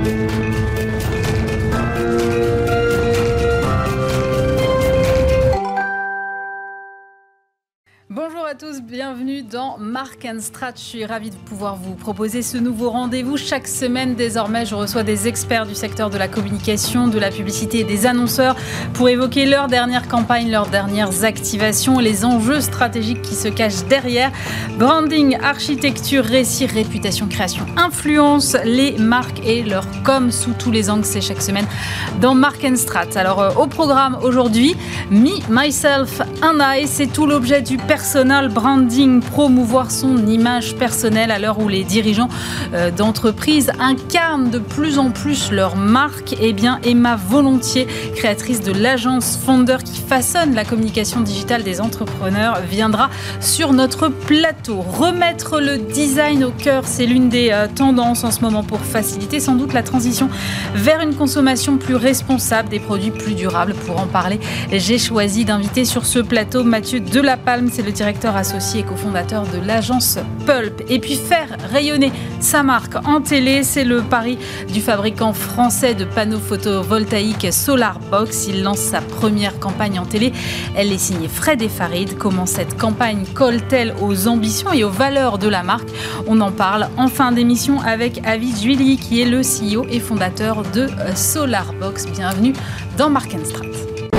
Bonjour à tous, bienvenue dans Mark & Strat. Je suis ravie de pouvoir vous proposer ce nouveau rendez-vous. Chaque semaine, désormais, je reçois des experts du secteur de la communication, de la publicité et des annonceurs pour évoquer leurs dernières campagnes, leurs dernières activations et les enjeux stratégiques qui se cachent derrière. Branding, architecture, récit, réputation, création, influence, les marques et leur com sous tous les angles. C'est chaque semaine dans Mark & Strat. Alors, au programme aujourd'hui, Me, Myself and I, c'est tout l'objet du personal branding, promouvoir son image personnelle à l'heure où les dirigeants d'entreprises incarnent de plus en plus leur marque. Eh bien, Emma Volontiers, créatrice de l'agence Founder qui façonne la communication digitale des entrepreneurs, viendra sur notre plateau. Remettre le design au cœur, c'est l'une des tendances en ce moment pour faciliter sans doute la transition vers une consommation plus responsable, des produits plus durables. Pour en parler, j'ai choisi d'inviter sur ce plateau Mathieu Delapalme, c'est le directeur associé et cofondateur de l'agence Pulp. Et puis faire rayonner sa marque en télé, c'est le pari du fabricant français de panneaux photovoltaïques Solarbox. Il lance sa première campagne en télé. Elle est signée Fred et Farid. Comment cette campagne colle-t-elle aux ambitions et aux valeurs de la marque? On en parle en fin d'émission avec Avis Julie, qui est le CEO et fondateur de Solarbox. Bienvenue dans Mark & Strat.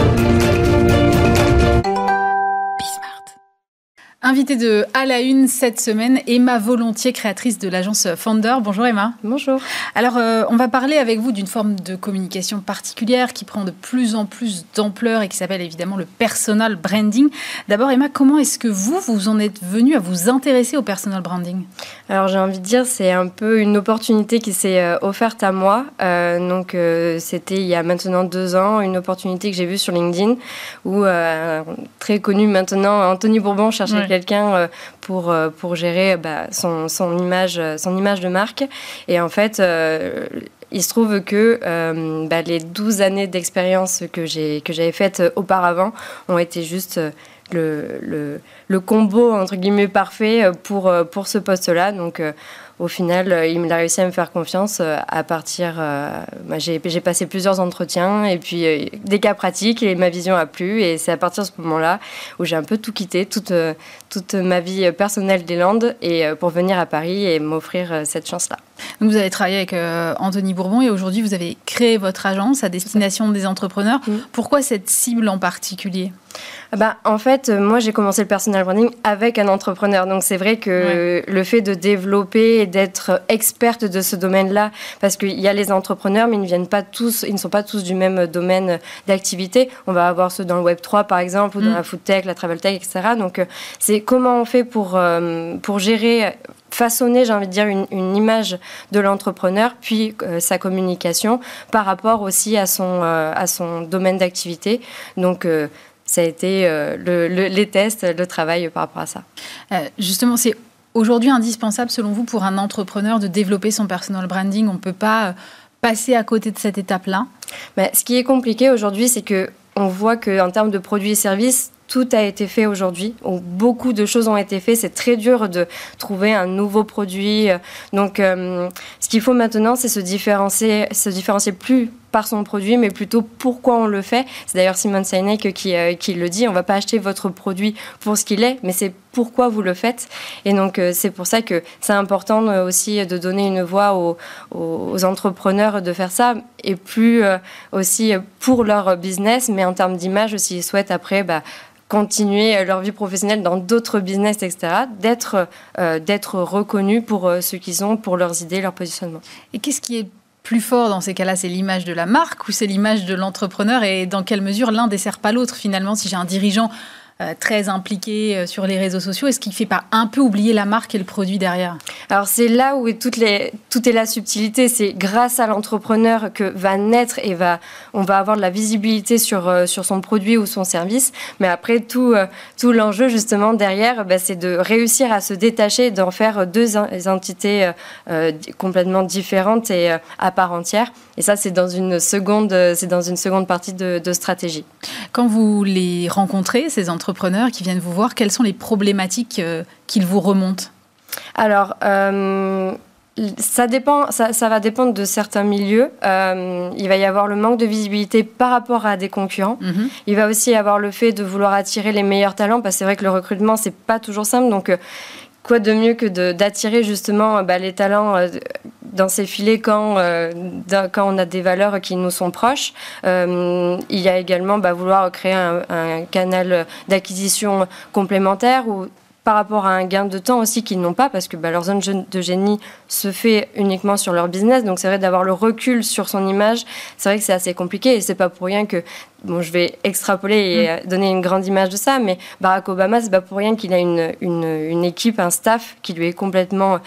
Invitée de À la Une cette semaine, Emma Volontiers, créatrice de l'agence Founder. Bonjour Emma. Bonjour. Alors, on va parler avec vous d'une forme de communication particulière qui prend de plus en plus d'ampleur et qui s'appelle évidemment le personal branding. D'abord Emma, comment est-ce que vous en êtes venue à vous intéresser au personal branding? Alors j'ai envie de dire, c'est un peu une opportunité qui s'est offerte à moi. C'était il y a maintenant 2 ans, une opportunité que j'ai vue sur LinkedIn où très connu maintenant, Anthony Bourbon cherchait quelqu'un pour gérer son image de marque. Et en fait, il se trouve que les 12 années d'expérience que j'avais faites auparavant ont été juste le combo entre guillemets parfait pour ce poste-là. Donc au final, il a réussi à me faire confiance à partir... j'ai passé plusieurs entretiens et puis des cas pratiques et ma vision a plu. Et c'est à partir de ce moment-là où j'ai un peu tout quitté, toute ma vie personnelle des Landes et pour venir à Paris et m'offrir cette chance-là. Donc vous avez travaillé avec Anthony Bourbon et aujourd'hui vous avez créé votre agence à destination des entrepreneurs. Pourquoi cette cible en particulier ? En fait, moi, j'ai commencé le personal branding avec un entrepreneur. Donc, c'est vrai que le fait de développer et d'être experte de ce domaine-là, parce qu'il y a les entrepreneurs, mais ils ne sont pas tous du même domaine d'activité. On va avoir ceux dans le Web3, par exemple, ou dans la food tech, la travel tech, etc. Donc, c'est comment on fait pour gérer... façonner, j'ai envie de dire, une image de l'entrepreneur, puis sa communication par rapport aussi à son domaine d'activité. Donc, ça a été les tests, le travail par rapport à ça. Justement, c'est aujourd'hui indispensable, selon vous, pour un entrepreneur de développer son personal branding. On ne peut pas passer à côté de cette étape-là. Ce qui est compliqué aujourd'hui, c'est qu'on voit qu'en termes de produits et services, tout a été fait aujourd'hui. Beaucoup de choses ont été faites. C'est très dur de trouver un nouveau produit. Donc, ce qu'il faut maintenant, c'est se différencier plus par son produit, mais plutôt pourquoi on le fait. C'est d'ailleurs Simon Sinek qui le dit. On ne va pas acheter votre produit pour ce qu'il est, mais c'est pourquoi vous le faites. Et donc, c'est pour ça que c'est important aussi de donner une voix aux entrepreneurs de faire ça, et plus aussi pour leur business, mais en termes d'image, s'ils souhaitent après continuer leur vie professionnelle dans d'autres business, etc., d'être reconnus pour ce qu'ils ont, pour leurs idées, leur positionnement. Et qu'est-ce qui est plus fort dans ces cas-là? C'est l'image de la marque ou c'est l'image de l'entrepreneur? Et dans quelle mesure l'un dessert pas l'autre finalement? Si j'ai un dirigeant très impliqué sur les réseaux sociaux, est-ce qu'il ne fait pas un peu oublier la marque et le produit derrière? Alors c'est là où tout est la subtilité. C'est grâce à l'entrepreneur que va naître et on va avoir de la visibilité sur son produit ou son service. Mais après, tout l'enjeu justement derrière, c'est de réussir à se détacher, d'en faire 2 entités complètement différentes et à part entière. Et ça, c'est dans une seconde partie de stratégie. Quand vous les rencontrez, ces entrepreneurs qui viennent vous voir, quelles sont les problématiques qu'ils vous remontent? Alors, Ça dépend, ça va dépendre de certains milieux. Il va y avoir le manque de visibilité par rapport à des concurrents. Il va aussi y avoir le fait de vouloir attirer les meilleurs talents, parce que c'est vrai que le recrutement, c'est pas toujours simple. Donc, quoi de mieux que d'attirer justement les talents dans ses filets quand on a des valeurs qui nous sont proches. Il y a également vouloir créer un canal d'acquisition complémentaire ou par rapport à un gain de temps aussi qu'ils n'ont pas, parce que leur zone de génie se fait uniquement sur leur business. Donc c'est vrai d'avoir le recul sur son image, c'est vrai que c'est assez compliqué, et c'est pas pour rien que, je vais extrapoler et donner une grande image de ça, mais Barack Obama, c'est pas pour rien qu'il a une équipe, un staff qui lui est complètement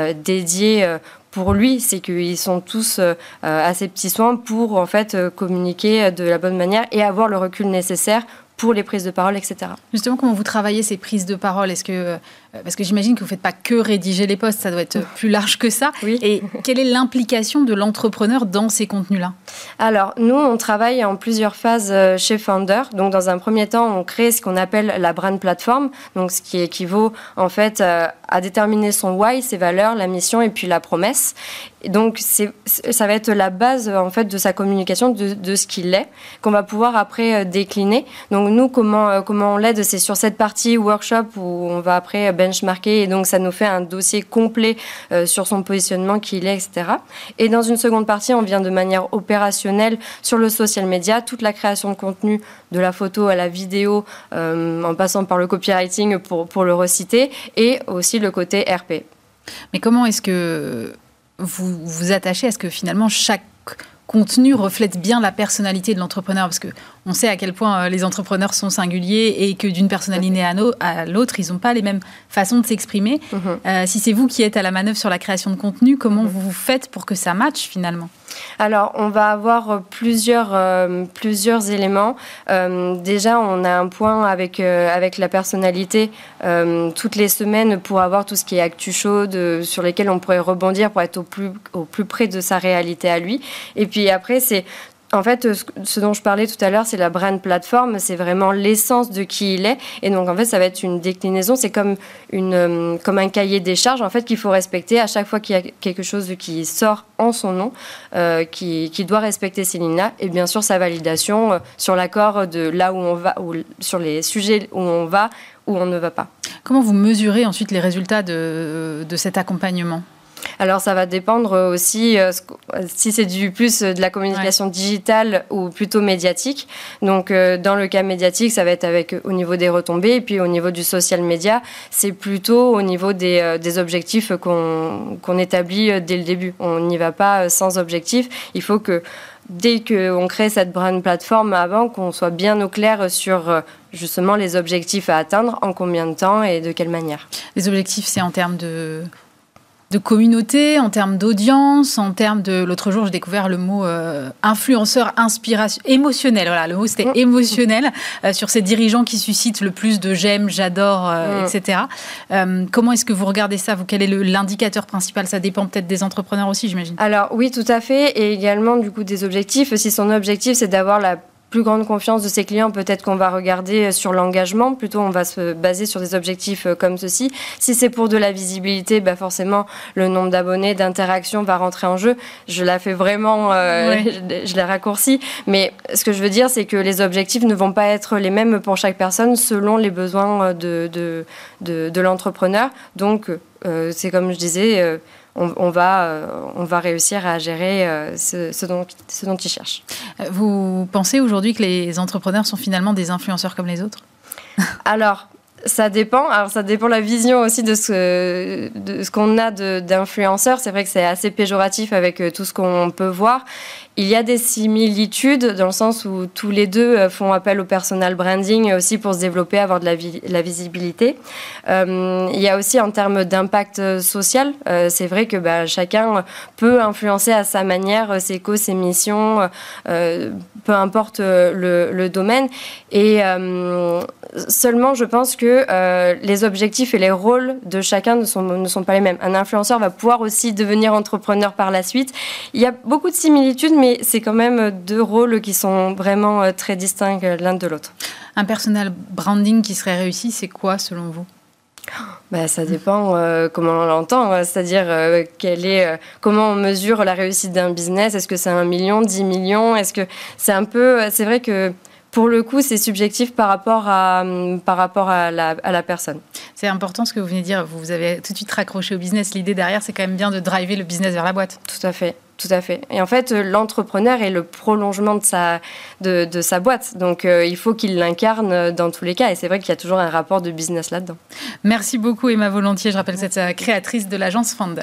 dédié pour lui. C'est qu'ils sont tous à ses petits soins pour en fait communiquer de la bonne manière et avoir le recul nécessaire pour les prises de parole, etc. Justement, comment vous travaillez ces prises de parole ? Est-ce que, parce que j'imagine que vous ne faites pas que rédiger les posts, ça doit être plus large que ça. Oui. Et quelle est l'implication de l'entrepreneur dans ces contenus-là ? Alors, nous, on travaille en plusieurs phases chez Founder. Donc, dans un premier temps, on crée ce qu'on appelle la brand platform, donc ce qui équivaut en fait à déterminer son why, ses valeurs, la mission et puis la promesse. Et donc, ça va être la base en fait de sa communication, de ce qu'il est, qu'on va pouvoir après décliner. Donc, nous, comment on l'aide, c'est sur cette partie workshop où on va après benchmarker, et donc ça nous fait un dossier complet sur son positionnement, qui il est, etc. Et dans une seconde partie, on vient de manière opérationnelle sur le social media, toute la création de contenu, de la photo à la vidéo, en passant par le copywriting pour le reciter, et aussi le côté RP. Mais comment est-ce que vous vous attachez à ce que finalement chaque contenu reflète bien la personnalité de l'entrepreneur, parce qu'on sait à quel point les entrepreneurs sont singuliers et que d'une personnalité à l'autre, ils n'ont pas les mêmes façons de s'exprimer. Si c'est vous qui êtes à la manœuvre sur la création de contenu, comment vous faites pour que ça matche finalement ? Alors, on va avoir plusieurs éléments. Déjà, on a un point avec la personnalité toutes les semaines pour avoir tout ce qui est actu chaude, sur lesquels on pourrait rebondir pour être au plus près de sa réalité à lui. Et puis après, c'est... En fait, ce dont je parlais tout à l'heure, c'est la brand platform, c'est vraiment l'essence de qui il est. Et donc, en fait, ça va être une déclinaison, c'est comme un cahier des charges, en fait, qu'il faut respecter à chaque fois qu'il y a quelque chose qui sort en son nom, qui doit respecter ces lignes-là. Et bien sûr, sa validation sur l'accord de là où on va, ou sur les sujets où on va, où on ne va pas. Comment vous mesurez ensuite les résultats de cet accompagnement ? Alors, ça va dépendre aussi si c'est plus de la communication digitale ou plutôt médiatique. Donc, dans le cas médiatique, ça va être au niveau des retombées. Et puis, au niveau du social media, c'est plutôt au niveau des objectifs qu'on établit dès le début. On n'y va pas sans objectif. Il faut que, dès qu'on crée cette brand plateforme, avant qu'on soit bien au clair sur justement les objectifs à atteindre, en combien de temps et de quelle manière. Les objectifs, c'est en termes de communauté, en termes d'audience, en termes de... L'autre jour, j'ai découvert le mot influenceur, inspiration, émotionnel. Voilà, le mot, c'était émotionnel, sur ces dirigeants qui suscitent le plus de j'aime, j'adore, etc. Comment est-ce que vous regardez ça ? Quel est l'indicateur principal ? Ça dépend peut-être des entrepreneurs aussi, j'imagine. Alors, oui, tout à fait. Et également, du coup, des objectifs. Si son objectif, c'est d'avoir la plus grande confiance de ses clients, peut-être qu'on va regarder sur l'engagement. Plutôt, on va se baser sur des objectifs comme ceci. Si c'est pour de la visibilité, forcément, le nombre d'abonnés, d'interactions va rentrer en jeu. Je la fais vraiment, je la raccourcis. Mais ce que je veux dire, c'est que les objectifs ne vont pas être les mêmes pour chaque personne selon les besoins de l'entrepreneur. Donc, c'est comme je disais... On va réussir à gérer ce dont ils cherchent. Vous pensez aujourd'hui que les entrepreneurs sont finalement des influenceurs comme les autres ? Alors, ça dépend. Alors, ça dépend de la vision aussi de ce qu'on a d'influenceurs. C'est vrai que c'est assez péjoratif avec tout ce qu'on peut voir. Il y a des similitudes dans le sens où tous les deux font appel au personal branding aussi pour se développer, avoir de la visibilité. Il y a aussi en termes d'impact social, c'est vrai que chacun peut influencer à sa manière ses causes, ses missions, peu importe le domaine. Et seulement, je pense que les objectifs et les rôles de chacun ne sont pas les mêmes. Un influenceur va pouvoir aussi devenir entrepreneur par la suite. Il y a beaucoup de similitudes, mais c'est quand même deux rôles qui sont vraiment très distincts l'un de l'autre. Un personal branding qui serait réussi, c'est quoi selon vous ? Ça dépend comment on l'entend, c'est-à-dire comment on mesure la réussite d'un business. Est-ce que c'est 1 million, 10 millions? Est-ce que c'est vrai que pour le coup, c'est subjectif par rapport à la personne. C'est important ce que vous venez de dire. Vous avez tout de suite raccroché au business. L'idée derrière, c'est quand même bien de driver le business vers la boîte. Tout à fait. Et en fait, l'entrepreneur est le prolongement de sa boîte. Donc, il faut qu'il l'incarne dans tous les cas. Et c'est vrai qu'il y a toujours un rapport de business là-dedans. Merci beaucoup, Emma Volontiers. Je rappelle que vous êtes créatrice de l'agence Founder.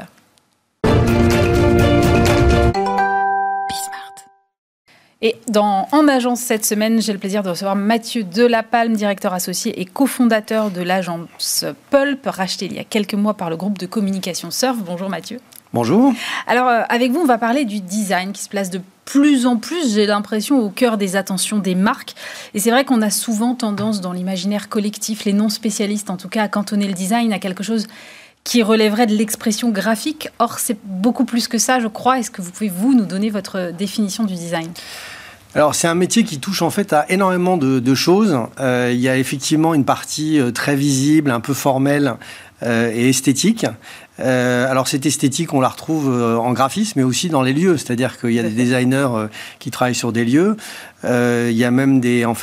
Et en agence cette semaine, j'ai le plaisir de recevoir Mathieu Delapalme, directeur associé et cofondateur de l'agence Pulp, rachetée il y a quelques mois par le groupe de communication Surf. Bonjour Mathieu. Bonjour. Alors, avec vous, on va parler du design qui se place de plus en plus, j'ai l'impression, au cœur des attentions des marques. Et c'est vrai qu'on a souvent tendance, dans l'imaginaire collectif, les non-spécialistes en tout cas, à cantonner le design à quelque chose qui relèverait de l'expression graphique. Or, c'est beaucoup plus que ça, je crois. Est-ce que vous pouvez, nous donner votre définition du design ? Alors, c'est un métier qui touche en fait à énormément de choses. Il y a effectivement une partie très visible, un peu formelle et esthétique. Alors, cette esthétique, on la retrouve en graphisme, mais aussi dans les lieux. C'est-à-dire qu'il y a des designers qui travaillent sur des lieux. Il y a même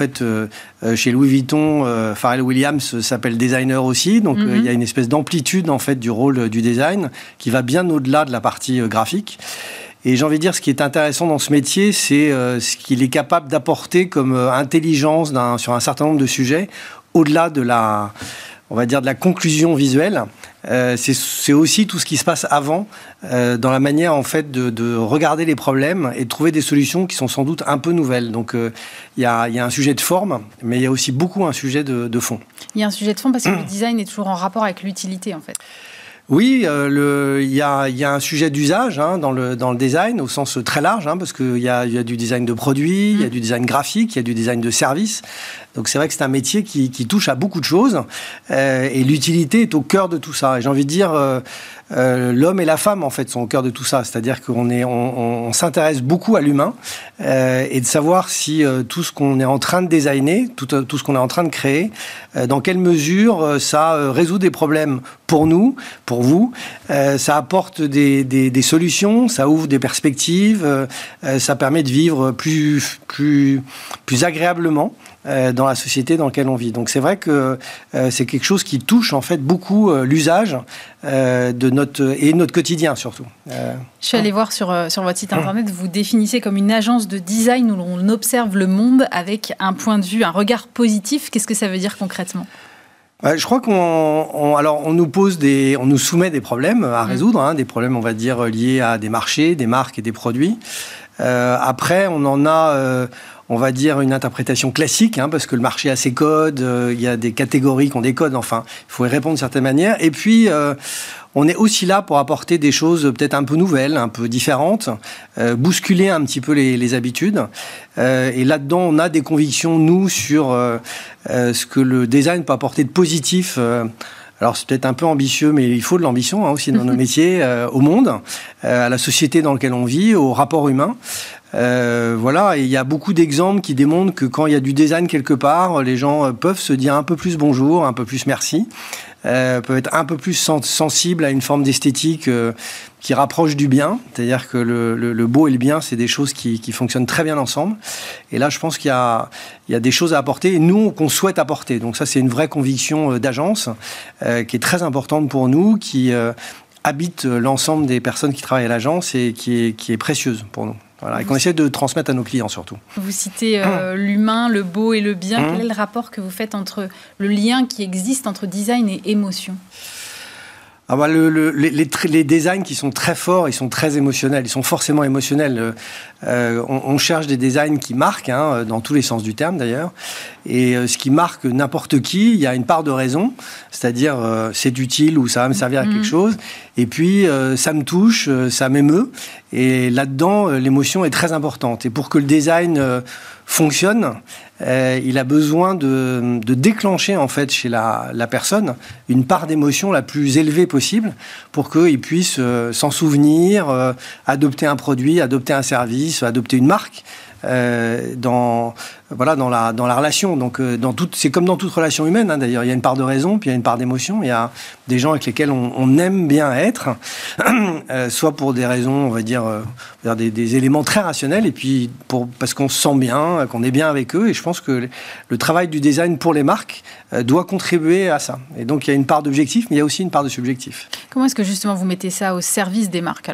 chez Louis Vuitton, Pharrell Williams s'appelle designer aussi. Donc, il y a une espèce d'amplitude en fait du rôle du design qui va bien au-delà de la partie graphique. Et j'ai envie de dire, ce qui est intéressant dans ce métier, c'est ce qu'il est capable d'apporter comme intelligence sur un certain nombre de sujets, au-delà de la conclusion visuelle. C'est aussi tout ce qui se passe avant, dans la manière en fait de regarder les problèmes et de trouver des solutions qui sont sans doute un peu nouvelles. Donc il y a un sujet de forme, mais il y a aussi beaucoup un sujet de fond. Il y a un sujet de fond parce que le design est toujours en rapport avec l'utilité en fait. Oui, il y a un sujet d'usage dans le design au sens très large, parce qu'il y a du design de produits, il y a du design graphique, il y a du design de services. Donc c'est vrai que c'est un métier qui touche à beaucoup de choses et l'utilité est au cœur de tout ça. Et j'ai envie de dire, l'homme et la femme en fait sont au cœur de tout ça. C'est-à-dire qu'on s'intéresse beaucoup à l'humain et de savoir si tout ce qu'on est en train de designer, tout ce qu'on est en train de créer, dans quelle mesure ça résout des problèmes pour nous, pour vous, ça apporte des solutions, ça ouvre des perspectives, ça permet de vivre plus agréablement dans la société dans laquelle on vit. Donc c'est vrai que c'est quelque chose qui touche en fait beaucoup l'usage de notre quotidien surtout. Je suis allée voir sur votre site internet, vous définissez comme une agence de design où l'on observe le monde avec un point de vue, un regard positif. Qu'est-ce que ça veut dire concrètement ? Je crois on nous soumet des problèmes à résoudre, des problèmes on va dire liés à des marchés, des marques et des produits. Après on en a on va dire une interprétation classique, parce que le marché a ses codes, il y a des catégories qui ont des codes, enfin, il faut y répondre de certaines manières. Et puis, on est aussi là pour apporter des choses peut-être un peu nouvelles, un peu différentes, bousculer un petit peu les habitudes. Et là-dedans, on a des convictions, nous, sur ce que le design peut apporter de positif. Alors, c'est peut-être un peu ambitieux, mais il faut de l'ambition aussi dans nos métiers, au monde, à la société dans laquelle on vit, au rapport humain. Voilà, et il y a beaucoup d'exemples qui démontrent que quand il y a du design quelque part, les gens peuvent se dire un peu plus bonjour, un peu plus merci, peuvent être un peu plus sensibles à une forme d'esthétique qui rapproche du bien. C'est-à-dire que le beau et le bien, c'est des choses qui fonctionnent très bien ensemble. Et là, je pense qu'il y a des choses à apporter, et nous, qu'on souhaite apporter. Donc ça, c'est une vraie conviction d'agence qui est très importante pour nous, qui habite l'ensemble des personnes qui travaillent à l'agence et qui est précieuse pour nous. Voilà, et qu'on essaie de transmettre à nos clients surtout. Vous citez l'humain, le beau et le bien. Quel est le rapport que vous faites entre le lien qui existe entre design et émotion ? Les designs qui sont très forts, ils sont très émotionnels, ils sont forcément émotionnels. On cherche des designs qui marquent, dans tous les sens du terme d'ailleurs. Et ce qui marque n'importe qui, il y a une part de raison, c'est-à-dire c'est utile ou ça va me servir à quelque chose. Et puis ça me touche, ça m'émeut. Et là-dedans, l'émotion est très importante. Et pour que le design fonctionne, il a besoin de déclencher en fait chez la personne une part d'émotion la plus élevée possible pour qu'il puisse s'en souvenir, adopter un produit, adopter un service, adopter une marque. dans la relation. Donc, c'est comme dans toute relation humaine, hein, d'ailleurs. Il y a une part de raison, puis il y a une part d'émotion. Il y a des gens avec lesquels on aime bien être, soit pour des raisons, on va dire des éléments très rationnels, et puis parce qu'on se sent bien, qu'on est bien avec eux. Et je pense que le travail du design pour les marques doit contribuer à ça. Et donc, il y a une part d'objectif, mais il y a aussi une part de subjectif. Comment est-ce que justement vous mettez ça au service des marques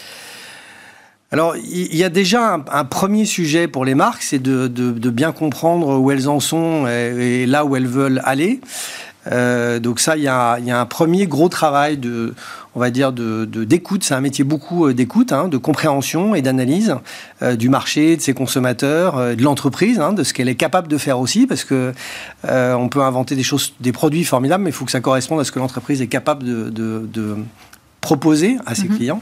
alors, il y a déjà un premier sujet pour les marques, c'est de bien comprendre où elles en sont et là où elles veulent aller. Donc ça, il y a un premier gros travail d'écoute. C'est un métier beaucoup d'écoute, hein, de compréhension et d'analyse du marché, de ses consommateurs, de l'entreprise, hein, de ce qu'elle est capable de faire aussi, parce que on peut inventer des produits formidables, mais il faut que ça corresponde à ce que l'entreprise est capable de proposer à ses clients.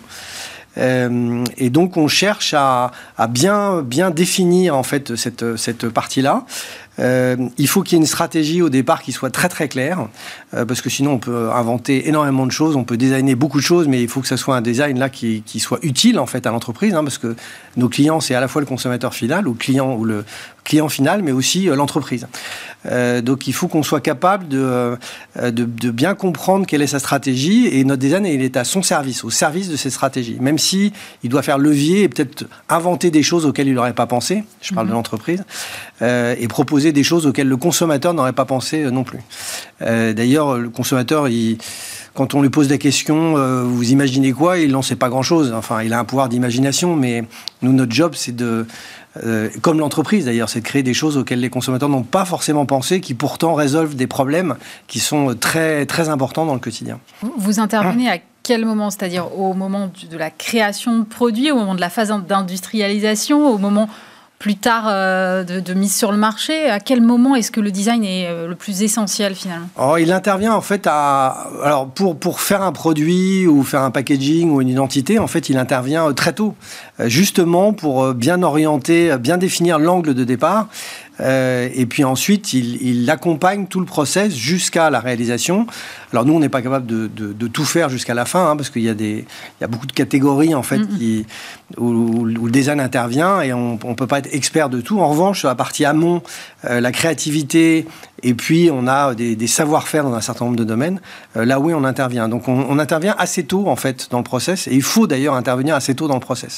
Et donc on cherche à bien définir en fait cette partie-là. Il faut qu'il y ait une stratégie au départ qui soit très très claire, parce que sinon on peut inventer énormément de choses, on peut designer beaucoup de choses, mais il faut que ça soit un design là qui soit utile en fait à l'entreprise, hein, parce que nos clients c'est à la fois le consommateur final ou le client final, mais aussi l'entreprise. Donc il faut qu'on soit capable de bien comprendre quelle est sa stratégie, et notre design il est à son service, au service de cette stratégie, même si il doit faire levier et peut-être inventer des choses auxquelles il n'aurait pas pensé. Je parle de l'entreprise, et proposer des choses auxquelles le consommateur n'aurait pas pensé non plus. D'ailleurs, le consommateur, quand on lui pose des questions, vous imaginez quoi? Il n'en sait pas grand-chose. Enfin, il a un pouvoir d'imagination, mais nous, notre job, c'est comme l'entreprise d'ailleurs, c'est de créer des choses auxquelles les consommateurs n'ont pas forcément pensé, qui pourtant résolvent des problèmes qui sont très, très importants dans le quotidien. Vous intervenez à quel moment? C'est-à-dire au moment de la création de produits, au moment de la phase d'industrialisation, au moment plus tard de mise sur le marché? À quel moment est-ce que le design est le plus essentiel finalement? Alors, il intervient en fait pour faire un produit ou faire un packaging ou une identité, en fait il intervient très tôt, justement pour bien orienter, bien définir l'angle de départ. Et puis ensuite, il accompagne tout le process jusqu'à la réalisation. Alors nous, on n'est pas capable de tout faire jusqu'à la fin, hein, parce qu'il y a beaucoup de catégories en fait où le design intervient, et on peut pas être expert de tout. En revanche, sur la partie amont, la créativité, et puis on a des savoir-faire dans un certain nombre de domaines. Là oui, on intervient. Donc on intervient assez tôt en fait dans le process, et il faut d'ailleurs intervenir assez tôt dans le process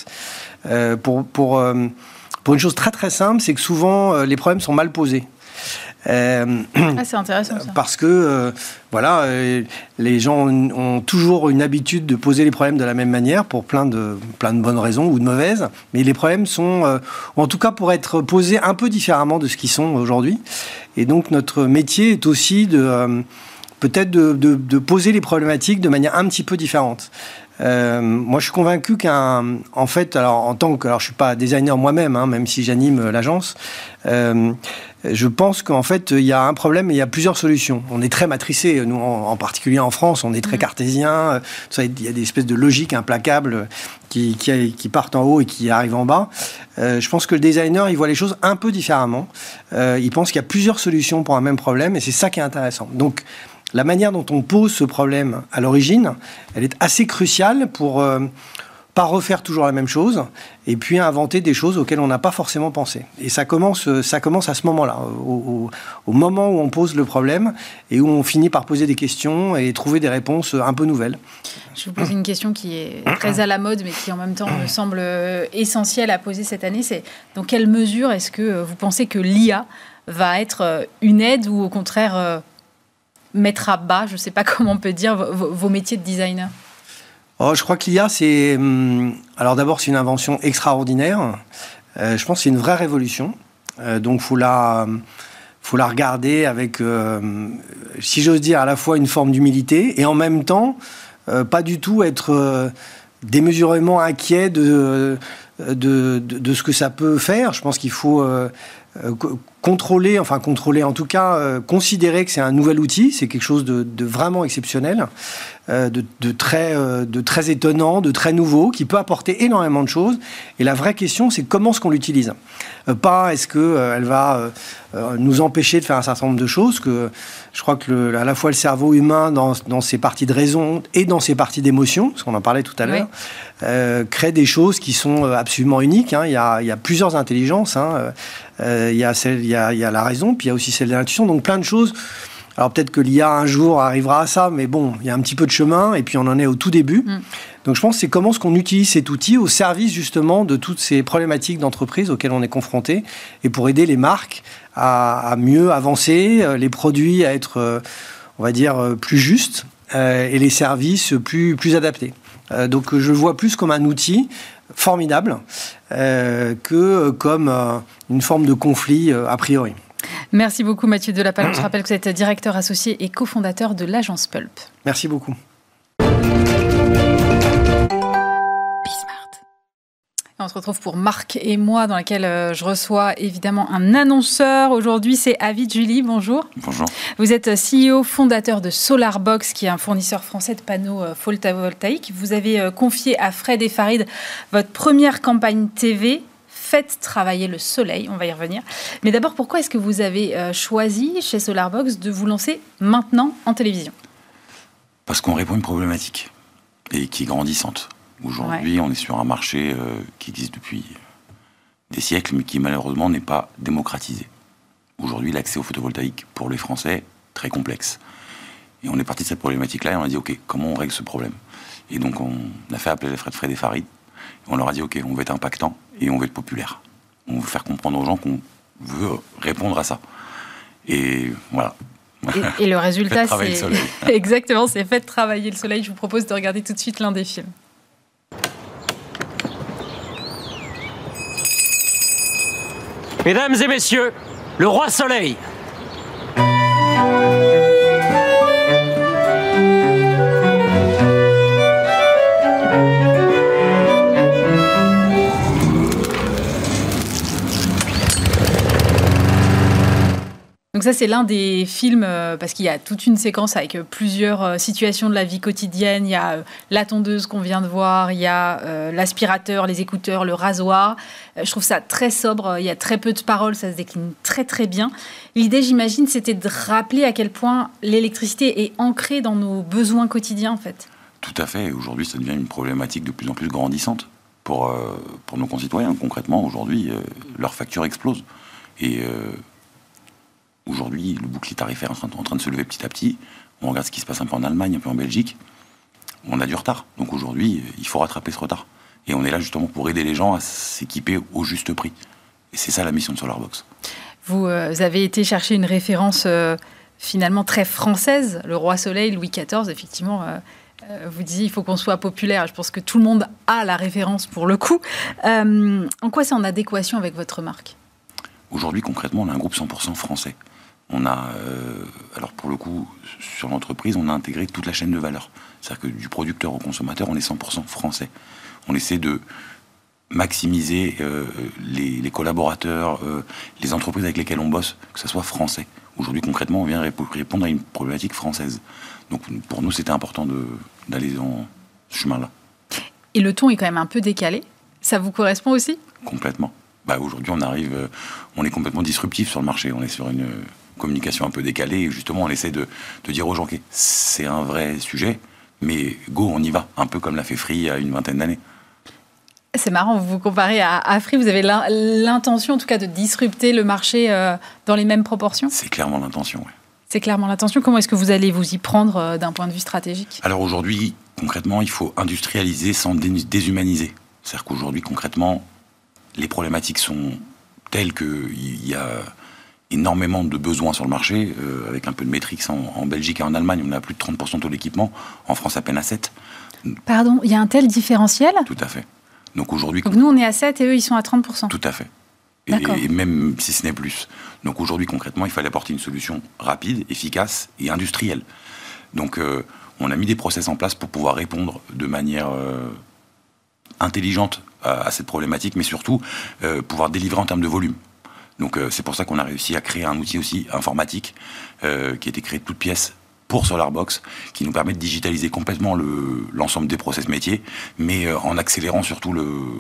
pour une chose très très simple, c'est que souvent les problèmes sont mal posés. C'est intéressant ça. Parce que les gens ont toujours une habitude de poser les problèmes de la même manière pour plein de bonnes raisons ou de mauvaises, mais les problèmes sont, ou en tout cas pour être posés un peu différemment de ce qu'ils sont aujourd'hui. Et donc notre métier est aussi peut-être de poser les problématiques de manière un petit peu différente. Moi, je suis convaincu en fait, alors je suis pas designer moi-même, hein, même si j'anime l'agence. Je pense qu'en fait, il y a un problème et il y a plusieurs solutions. On est très matricés, nous, en particulier en France, on est très cartésien. Il y a des espèces de logiques implacables qui partent en haut et qui arrivent en bas. Je pense que le designer, il voit les choses un peu différemment. Il pense qu'il y a plusieurs solutions pour un même problème, et c'est ça qui est intéressant. Donc, la manière dont on pose ce problème à l'origine, elle est assez cruciale pour pas refaire toujours la même chose, et puis inventer des choses auxquelles on n'a pas forcément pensé. Et ça commence à ce moment-là, au moment où on pose le problème et où on finit par poser des questions et trouver des réponses un peu nouvelles. Je vais vous pose une question qui est très à la mode, mais qui en même temps me semble essentielle à poser cette année. C'est dans quelle mesure est-ce que vous pensez que l'IA va être une aide, ou au contraire mettre à bas, je ne sais pas comment on peut dire, vos métiers de designer? Je crois que l'IA, alors d'abord, c'est une invention extraordinaire. Je pense que c'est une vraie révolution. Donc, faut la regarder avec, si j'ose dire, à la fois une forme d'humilité, et en même temps, pas du tout être démesurément inquiet de ce que ça peut faire. Je pense qu'il faut contrôler, en tout cas, considérer que c'est un nouvel outil, c'est quelque chose de vraiment exceptionnel, de très étonnant, de très nouveau, qui peut apporter énormément de choses. Et la vraie question, c'est comment est-ce qu'on l'utilise. Pas est-ce qu'elle va nous empêcher de faire un certain nombre de choses, que je crois que à la fois le cerveau humain, dans ses parties de raison et dans ses parties d'émotion, parce qu'on en parlait tout à l'heure, crée des choses qui sont absolument uniques. Il y a plusieurs intelligences. Il y a la raison, puis il y a aussi celle de l'intuition. Donc plein de choses. Alors peut-être que l'IA un jour arrivera à ça, mais bon, il y a un petit peu de chemin, et puis on en est au tout début. Donc je pense que c'est comment est-ce qu'on utilise cet outil au service justement de toutes ces problématiques d'entreprise auxquelles on est confronté, et pour aider les marques à mieux avancer, les produits à être, on va dire, plus justes, et les services plus adaptés. Donc je le vois plus comme un outil formidable que comme une forme de conflit a priori. Merci beaucoup Mathieu Delapalme. Je rappelle que vous êtes directeur associé et cofondateur de l'agence Pulp. Merci beaucoup. On se retrouve pour Marc et moi, dans laquelle je reçois évidemment un annonceur. Aujourd'hui, c'est Avid Julie. Bonjour. Bonjour. Vous êtes CEO, fondateur de SolarBox, qui est un fournisseur français de panneaux photovoltaïques. Vous avez confié à Fred et Farid votre première campagne TV. Faites travailler le soleil, on va y revenir. Mais d'abord, pourquoi est-ce que vous avez choisi chez SolarBox de vous lancer maintenant en télévision ? Parce qu'on répond à une problématique et qui est grandissante. Aujourd'hui, on est sur un marché qui existe depuis des siècles, mais qui malheureusement n'est pas démocratisé. Aujourd'hui, l'accès au photovoltaïque pour les Français, très complexe. Et on est parti de cette problématique-là et on a dit, OK, comment on règle ce problème ? Et donc, on a fait appeler Fred et Farid. On leur a dit, OK, on veut être impactant et on veut être populaire. On veut faire comprendre aux gens qu'on veut répondre à ça. Et voilà. Et le résultat, faites travailler le soleil. Exactement, c'est Faites travailler le soleil. Je vous propose de regarder tout de suite l'un des films. Mesdames et messieurs, le roi soleil. Donc ça, c'est l'un des films, parce qu'il y a toute une séquence avec plusieurs situations de la vie quotidienne. Il y a la tondeuse qu'on vient de voir, il y a l'aspirateur, les écouteurs, le rasoir. Je trouve ça très sobre, il y a très peu de paroles, ça se décline très très bien. L'idée, j'imagine, c'était de rappeler à quel point l'électricité est ancrée dans nos besoins quotidiens, en fait. Tout à fait. Aujourd'hui, ça devient une problématique de plus en plus grandissante pour nos concitoyens. Concrètement, aujourd'hui, leurs factures explosent. Et aujourd'hui, le bouclier tarifaire est en train de se lever petit à petit. On regarde ce qui se passe un peu en Allemagne, un peu en Belgique. On a du retard. Donc aujourd'hui, il faut rattraper ce retard. Et on est là justement pour aider les gens à s'équiper au juste prix. Et c'est ça la mission de SolarBox. Vous avez été chercher une référence finalement très française. Le roi soleil, Louis XIV, effectivement, vous disiez il faut qu'on soit populaire. Je pense que tout le monde a la référence pour le coup. En quoi c'est en adéquation avec votre marque ? Aujourd'hui, concrètement, on a un groupe 100% français. On a, alors pour le coup, sur l'entreprise, on a intégré toute la chaîne de valeur. C'est-à-dire que du producteur au consommateur, on est 100% français. On essaie de maximiser les collaborateurs, les entreprises avec lesquelles on bosse, que ce soit français. Aujourd'hui, concrètement, on vient répondre à une problématique française. Donc pour nous, c'était important d'aller dans ce chemin-là. Et le ton est quand même un peu décalé. Ça vous correspond aussi ? Complètement. Aujourd'hui, on est complètement disruptif sur le marché. On est sur une communication un peu décalée. Et justement, on essaie de dire aux gens que c'est un vrai sujet, mais go, on y va. Un peu comme l'a fait Free il y a une vingtaine d'années. C'est marrant, vous vous comparez à Free. Vous avez l'intention, en tout cas, de disrupter le marché dans les mêmes proportions ? C'est clairement l'intention, oui. C'est clairement l'intention. Comment est-ce que vous allez vous y prendre d'un point de vue stratégique ? Alors aujourd'hui, concrètement, il faut industrialiser sans déshumaniser. C'est-à-dire qu'aujourd'hui, concrètement, les problématiques sont telles qu'il y a énormément de besoins sur le marché, avec un peu de métriques en Belgique et en Allemagne, on a plus de 30% de tout l'équipement, en France à peine à 7%. Pardon, il y a un tel différentiel ? Tout à fait. Donc aujourd'hui... Donc nous on est à 7 et eux ils sont à 30%. Tout à fait. Et même si ce n'est plus. Donc aujourd'hui concrètement, il fallait apporter une solution rapide, efficace et industrielle. Donc on a mis des process en place pour pouvoir répondre de manière intelligente à cette problématique, mais surtout pouvoir délivrer en termes de volume. Donc c'est pour ça qu'on a réussi à créer un outil aussi informatique qui a été créé de toutes pièces pour SolarBox, qui nous permet de digitaliser complètement l'ensemble des process métiers, mais en accélérant surtout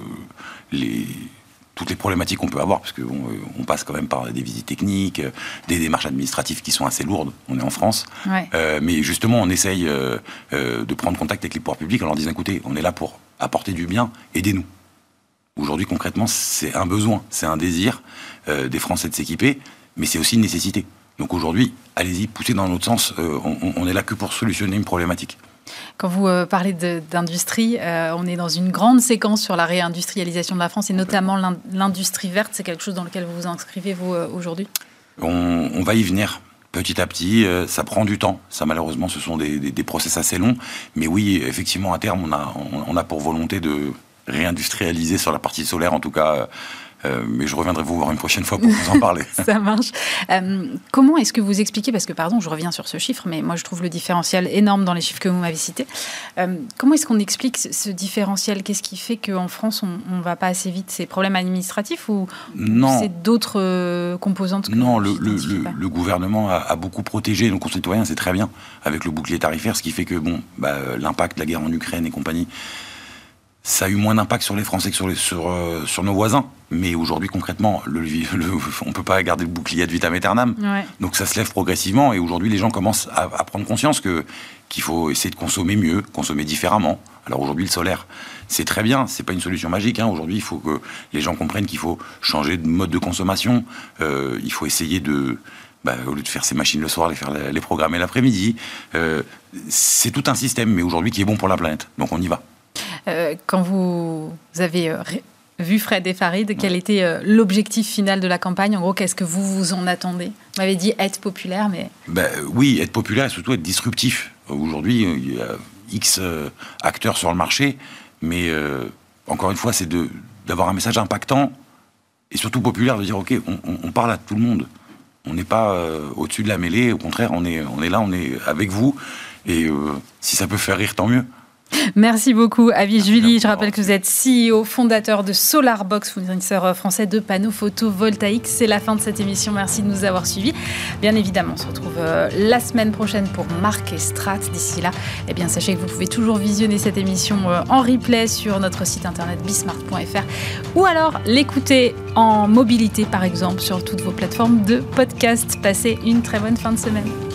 toutes les problématiques qu'on peut avoir, parce qu'on passe quand même par des visites techniques, des démarches administratives qui sont assez lourdes, on est en France, mais justement on essaye de prendre contact avec les pouvoirs publics en leur disant écoutez, on est là pour apporter du bien, aidez-nous. Aujourd'hui concrètement c'est un besoin, c'est un désir des Français de s'équiper, mais c'est aussi une nécessité. Donc aujourd'hui, allez-y, poussez dans l'autre sens, on est là que pour solutionner une problématique. Quand vous parlez d'industrie, on est dans une grande séquence sur la réindustrialisation de la France et notamment l'industrie verte. C'est quelque chose dans lequel vous vous inscrivez, vous, aujourd'hui ? On va y venir petit à petit. Ça prend du temps. Ça, malheureusement, ce sont des process assez longs. Mais oui, effectivement, à terme, on a pour volonté de réindustrialiser sur la partie solaire, en tout cas. Mais je reviendrai vous voir une prochaine fois pour vous en parler. Ça marche. Comment est-ce que vous expliquez, parce que pardon, je reviens sur ce chiffre, mais moi je trouve le différentiel énorme dans les chiffres que vous m'avez cités. Comment est-ce qu'on explique ce différentiel ? Qu'est-ce qui fait qu'en France on ne va pas assez vite ? C'est problèmes administratifs ou c'est d'autres composantes que Non, le gouvernement a beaucoup protégé nos concitoyens, c'est très bien, avec le bouclier tarifaire, ce qui fait que l'impact de la guerre en Ukraine et compagnie, ça a eu moins d'impact sur les Français que sur nos voisins. Mais aujourd'hui, concrètement, on ne peut pas garder le bouclier ad vitam aeternam. Ouais. Donc ça se lève progressivement. Et aujourd'hui, les gens commencent à prendre conscience qu'il faut essayer de consommer mieux, consommer différemment. Alors aujourd'hui, le solaire, c'est très bien. Ce n'est pas une solution magique. Aujourd'hui, il faut que les gens comprennent qu'il faut changer de mode de consommation. Il faut essayer au lieu de faire ces machines le soir, les programmer l'après-midi. C'est tout un système, mais aujourd'hui, qui est bon pour la planète. Donc on y va. Quand vous avez vu Fred et Farid, quel était l'objectif final de la campagne ? En gros, qu'est-ce que vous en attendez ? Vous m'avez dit être populaire, mais... Oui, être populaire et surtout être disruptif. Aujourd'hui, il y a X acteurs sur le marché, mais encore une fois, c'est d'avoir un message impactant et surtout populaire, de dire, OK, on parle à tout le monde. On n'est pas au-dessus de la mêlée, au contraire, on est là, on est avec vous, et si ça peut faire rire, tant mieux. Merci beaucoup, Avi Julie. Je rappelle que vous êtes CEO, fondateur de SolarBox, fournisseur français de panneaux photovoltaïques. C'est la fin de cette émission. Merci de nous avoir suivis. Bien évidemment, on se retrouve la semaine prochaine pour Marc et Strat. D'ici là, sachez que vous pouvez toujours visionner cette émission en replay sur notre site internet bismart.fr ou alors l'écouter en mobilité, par exemple, sur toutes vos plateformes de podcast. Passez une très bonne fin de semaine.